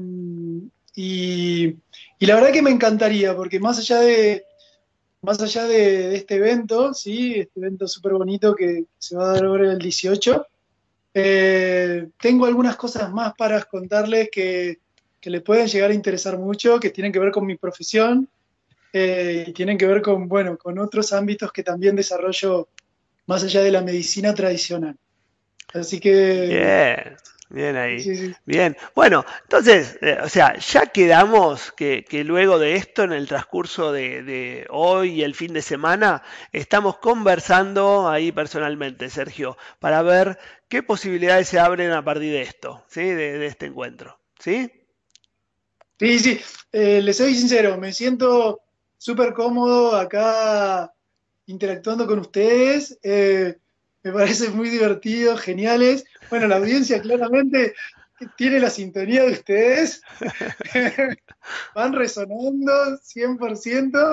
y la verdad que me encantaría, porque más allá de este evento, ¿sí? Este evento súper bonito que se va a dar ahora el 18, tengo algunas cosas más para contarles que les pueden llegar a interesar mucho, que tienen que ver con mi profesión y tienen que ver con, bueno, con otros ámbitos que también desarrollo más allá de la medicina tradicional. Así que, Bien, bien ahí. sí, sí. Bien. Bueno, entonces, o sea, ya quedamos que luego de esto, en el transcurso de hoy y el fin de semana, estamos conversando ahí personalmente, Sergio, para ver qué posibilidades se abren a partir de esto, ¿sí? De este encuentro, ¿sí? Sí, sí, les soy sincero, me siento súper cómodo acá interactuando con ustedes. Me parece muy divertido, geniales. Bueno, la audiencia claramente tiene la sintonía de ustedes. Van resonando 100%.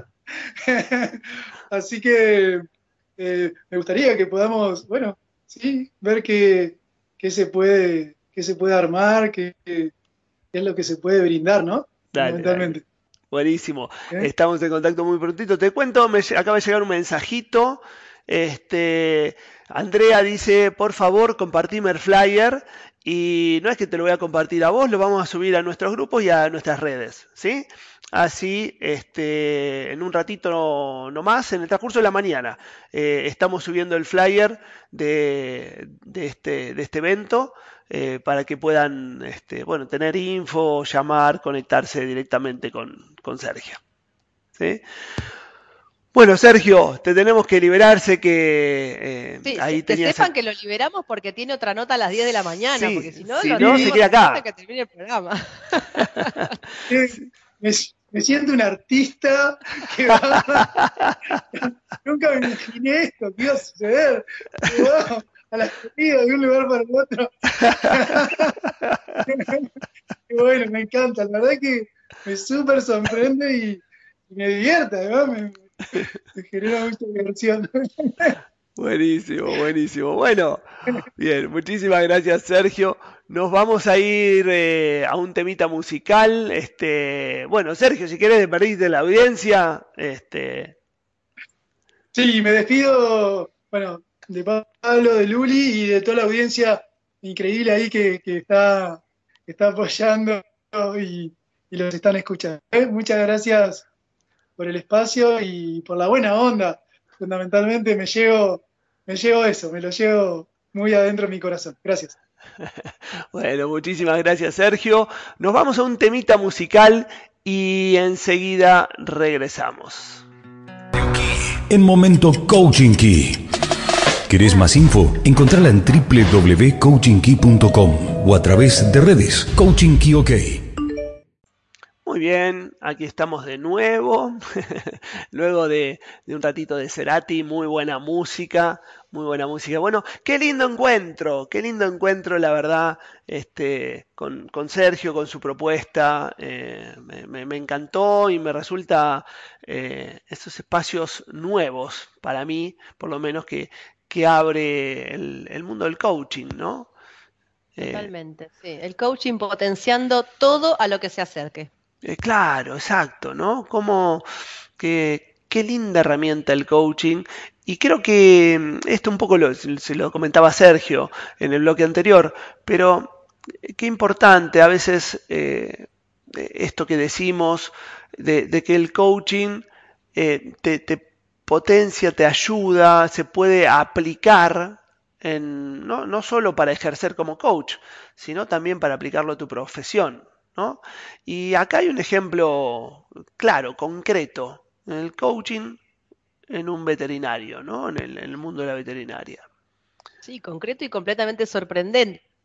Así que me gustaría que podamos, bueno, sí, ver qué se puede armar, qué es lo que se puede brindar, ¿no? Dale, dale. Fundamentalmente. Buenísimo. ¿Eh? Estamos en contacto muy prontito. Te cuento, acaba de llegar un mensajito. Andrea dice, por favor, compartime el flyer. Y no es que te lo voy a compartir a vos, lo vamos a subir a nuestros grupos y a nuestras redes, ¿sí? Así, en un ratito nomás, en el transcurso de la mañana, estamos subiendo el flyer de este evento para que puedan bueno, tener info, llamar, conectarse directamente con Sergio. ¿Sí? Bueno, Sergio, te tenemos que liberar, sé que Sí, ahí que tenías... sepan que lo liberamos porque tiene otra nota a las 10 de la mañana, Sí, porque si no si lo no, se tenemos queda hasta acá. que termine el programa. Me, me siento un artista que va. Nunca me imaginé esto, que iba a suceder. Wow, a la salida de un lugar para el otro. Qué bueno, me encanta. La verdad que me súper sorprende y me divierte, además me genera mucha diversión. Buenísimo, buenísimo. Bueno, bien, muchísimas gracias, Sergio. Nos vamos a ir a un temita musical. Bueno, Sergio, si querés despedirte de la audiencia, Sí, me despido, bueno, de Pablo, de Luli y de toda la audiencia increíble ahí que está apoyando y los están escuchando. Muchas gracias por el espacio y por la buena onda. Fundamentalmente me llevo eso, me lo llevo muy adentro de mi corazón. Gracias. Bueno, muchísimas gracias, Sergio. Nos vamos a un temita musical y enseguida regresamos. En Momento Coaching Key. ¿Querés más info? Encontrala en www.coachingkey.com o a través de redes Coaching Key OK. Muy bien, aquí estamos de nuevo, luego de un ratito de Cerati, muy buena música, muy buena música. Bueno, qué lindo encuentro, la verdad, con Sergio, con su propuesta, me encantó y me resulta estos espacios nuevos para mí, por lo menos que abre el mundo del coaching, ¿no? Totalmente, sí. El coaching potenciando todo a lo que se acerque. Claro, exacto, ¿no? Como qué linda herramienta el coaching. Y creo que esto un poco se lo comentaba Sergio en el bloque anterior, pero qué importante a veces esto que decimos de que el coaching te potencia, te ayuda, se puede aplicar no solo para ejercer como coach, sino también para aplicarlo a tu profesión, ¿no? Y acá hay un ejemplo claro, concreto, en el coaching en un veterinario, ¿no? En el mundo de la veterinaria. Sí, concreto y completamente sorprendente.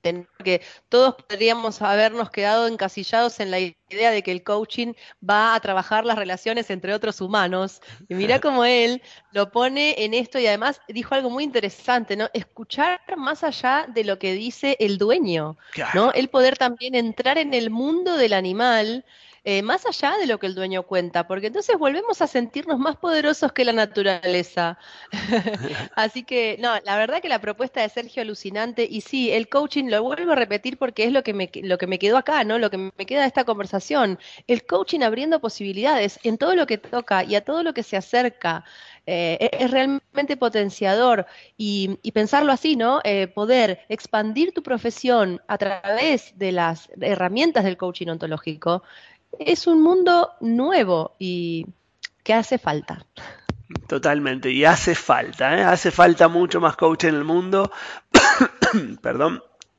que todos podríamos habernos quedado encasillados en la idea de que el coaching va a trabajar las relaciones entre otros humanos. Y mirá cómo él lo pone en esto y además dijo algo muy interesante, ¿no? Escuchar más allá de lo que dice el dueño, ¿no? El poder también entrar en el mundo del animal, más allá de lo que el dueño cuenta, porque entonces volvemos a sentirnos más poderosos que la naturaleza. Así que, no, la verdad que la propuesta de Sergio alucinante, y sí, el coaching, lo vuelvo a repetir porque es lo que me quedó acá, ¿no? Lo que me queda de esta conversación. El coaching abriendo posibilidades en todo lo que toca y a todo lo que se acerca. Es realmente potenciador y pensarlo así, ¿no? Poder expandir tu profesión a través de las herramientas del coaching ontológico es un mundo nuevo y que hace falta. Totalmente, y hace falta, ¿eh? Hace falta mucho más coach en el mundo, perdón,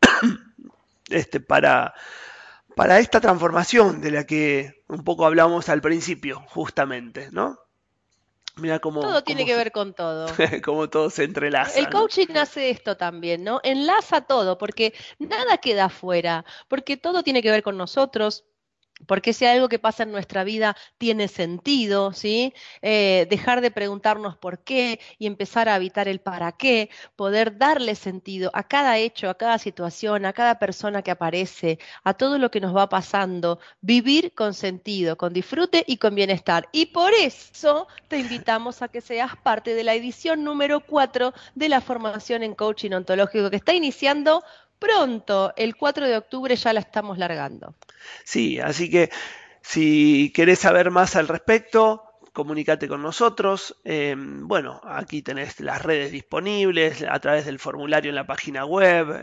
para esta transformación de la que un poco hablamos al principio, justamente, ¿no? Mira todo tiene que ver con todo. Cómo todo se entrelaza. El coaching hace esto también, ¿no? Enlaza todo, porque nada queda afuera, porque todo tiene que ver con nosotros. Porque si algo que pasa en nuestra vida tiene sentido, ¿sí? Dejar de preguntarnos por qué y empezar a habitar el para qué, poder darle sentido a cada hecho, a cada situación, a cada persona que aparece, a todo lo que nos va pasando, vivir con sentido, con disfrute y con bienestar. Y por eso te invitamos a que seas parte de la edición número 4 de la formación en coaching ontológico que está iniciando pronto, el 4 de octubre ya la estamos largando. Sí, así que si querés saber más al respecto, comunícate con nosotros. Bueno, aquí tenés las redes disponibles a través del formulario en la página web.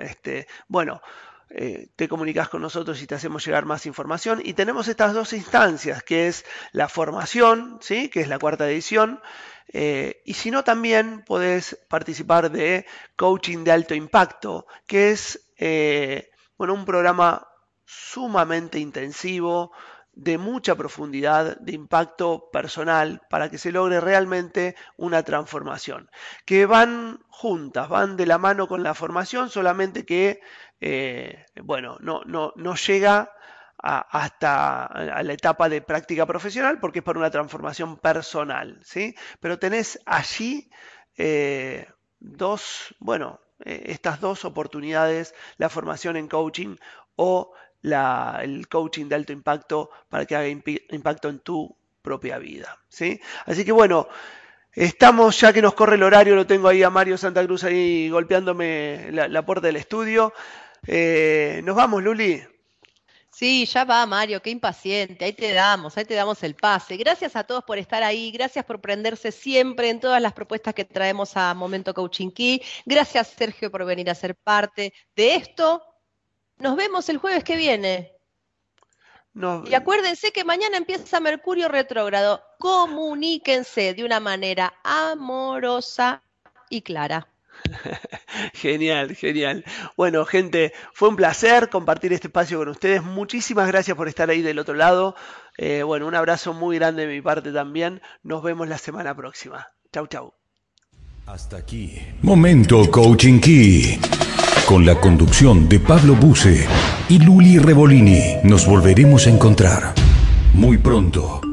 Te comunicas con nosotros y te hacemos llegar más información. Y tenemos estas dos instancias, que es la formación, ¿sí? Que es la 4ª edición. Y si no, también podés participar de Coaching de Alto Impacto, que es un programa sumamente intensivo, de mucha profundidad, de impacto personal, para que se logre realmente una transformación. Que van juntas, van de la mano con la formación, solamente que no llega hasta a la etapa de práctica profesional porque es para una transformación personal, ¿sí? Pero tenés allí estas dos oportunidades, la formación en coaching o el coaching de alto impacto para que haga impacto en tu propia vida, ¿sí? Así que bueno, estamos, ya que nos corre el horario, lo tengo ahí a Mario Santa Cruz ahí golpeándome la puerta del estudio. Nos vamos, Luli. Sí, ya va, Mario, qué impaciente, ahí te damos el pase. Gracias a todos por estar ahí, gracias por prenderse siempre en todas las propuestas que traemos a Momento Coaching Key. Gracias, Sergio, por venir a ser parte de esto. Nos vemos el jueves que viene. Y acuérdense que mañana empieza Mercurio retrógrado. Comuníquense de una manera amorosa y clara. Genial, genial. Bueno, gente, fue un placer compartir este espacio con ustedes. Muchísimas gracias por estar ahí del otro lado. Un abrazo muy grande de mi parte también. Nos vemos la semana próxima. Chau, chau. Hasta aquí. Momento Coaching Key. Con la conducción de Pablo Buse y Luli Revolini. Nos volveremos a encontrar muy pronto.